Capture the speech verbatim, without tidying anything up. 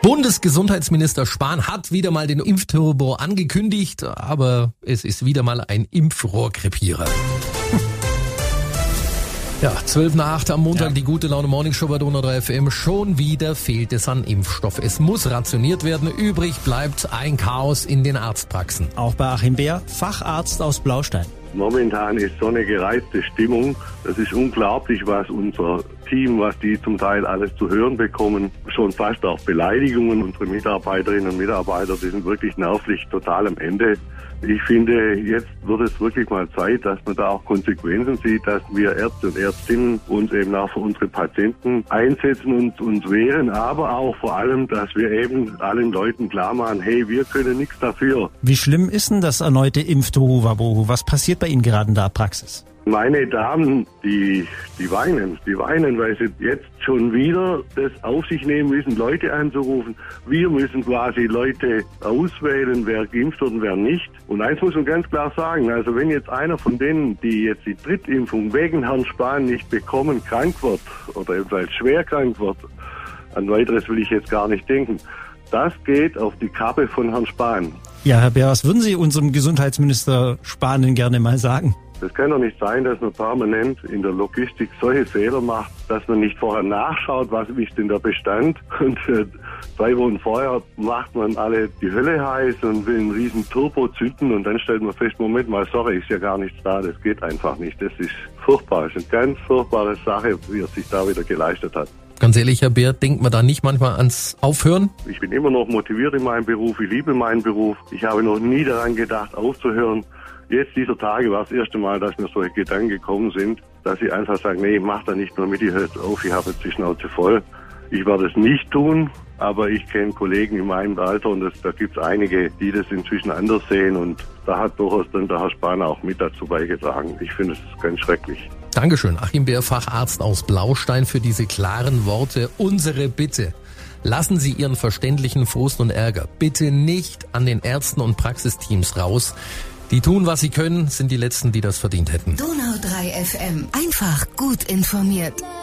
Bundesgesundheitsminister Spahn hat wieder mal den Impfturbo angekündigt, aber es ist wieder mal ein Impfrohrkrepierer. Ja, zwölf nach acht am Montag, ja. Die gute Laune Morning Show bei Donau drei F M. Schon wieder fehlt es an Impfstoff. Es muss rationiert werden. Übrig bleibt ein Chaos in den Arztpraxen. Auch bei Achim Beer, Facharzt aus Blaustein. Momentan ist so eine gereizte Stimmung. Das ist unglaublich, was unser Team, was die zum Teil alles zu hören bekommen. Schon fast auch Beleidigungen. Unsere Mitarbeiterinnen und Mitarbeiter, die sind wirklich nervlich total am Ende. Ich finde, jetzt wird es wirklich mal Zeit, dass man da auch Konsequenzen sieht, dass wir Ärzte und Ärztinnen uns eben auch für unsere Patienten einsetzen und uns wehren, aber auch vor allem, dass wir eben allen Leuten klar machen, hey, wir können nichts dafür. Wie schlimm ist denn das erneute Impftohuwabohu? Was passiert bei Ihnen gerade in der Praxis? Meine Damen, die, die weinen, die weinen, weil sie jetzt schon wieder das auf sich nehmen müssen, Leute anzurufen. Wir müssen quasi Leute auswählen, wer geimpft wird und wer nicht. Und eins muss man ganz klar sagen, also wenn jetzt einer von denen, die jetzt die Drittimpfung wegen Herrn Spahn nicht bekommen, krank wird oder ebenfalls schwer krank wird, an weiteres will ich jetzt gar nicht denken, das geht auf die Kappe von Herrn Spahn. Ja, Herr Beer, was würden Sie unserem Gesundheitsminister Spahn denn gerne mal sagen? Es kann doch nicht sein, dass man permanent in der Logistik solche Fehler macht, dass man nicht vorher nachschaut, was ist denn der Bestand. Und äh, zwei Wochen vorher macht man alle die Hölle heiß und will einen riesen Turbo zünden und dann stellt man fest, Moment mal, sorry, ist ja gar nichts da, das geht einfach nicht. Das ist furchtbar, das ist eine ganz furchtbare Sache, wie er sich da wieder geleistet hat. Ganz ehrlich, Herr Beer, denkt man da nicht manchmal ans Aufhören? Ich bin immer noch motiviert in meinem Beruf, ich liebe meinen Beruf. Ich habe noch nie daran gedacht, aufzuhören. Jetzt dieser Tage war das erste Mal, dass mir solche Gedanken gekommen sind, dass ich einfach sage, nee, ich mach da nicht nur mit, ich höre auf, ich habe jetzt die Schnauze voll. Ich werde es nicht tun, aber ich kenne Kollegen in meinem Alter und das, da gibt es einige, die das inzwischen anders sehen und da hat durchaus dann der Herr Spahn auch mit dazu beigetragen. Ich finde es ganz schrecklich. Dankeschön, Achim Beer, Facharzt aus Blaustein, für diese klaren Worte. Unsere Bitte: Lassen Sie Ihren verständlichen Frust und Ärger bitte nicht an den Ärzten und Praxisteams raus. Die tun, was sie können, sind die Letzten, die das verdient hätten. Donau drei F M. Einfach gut informiert.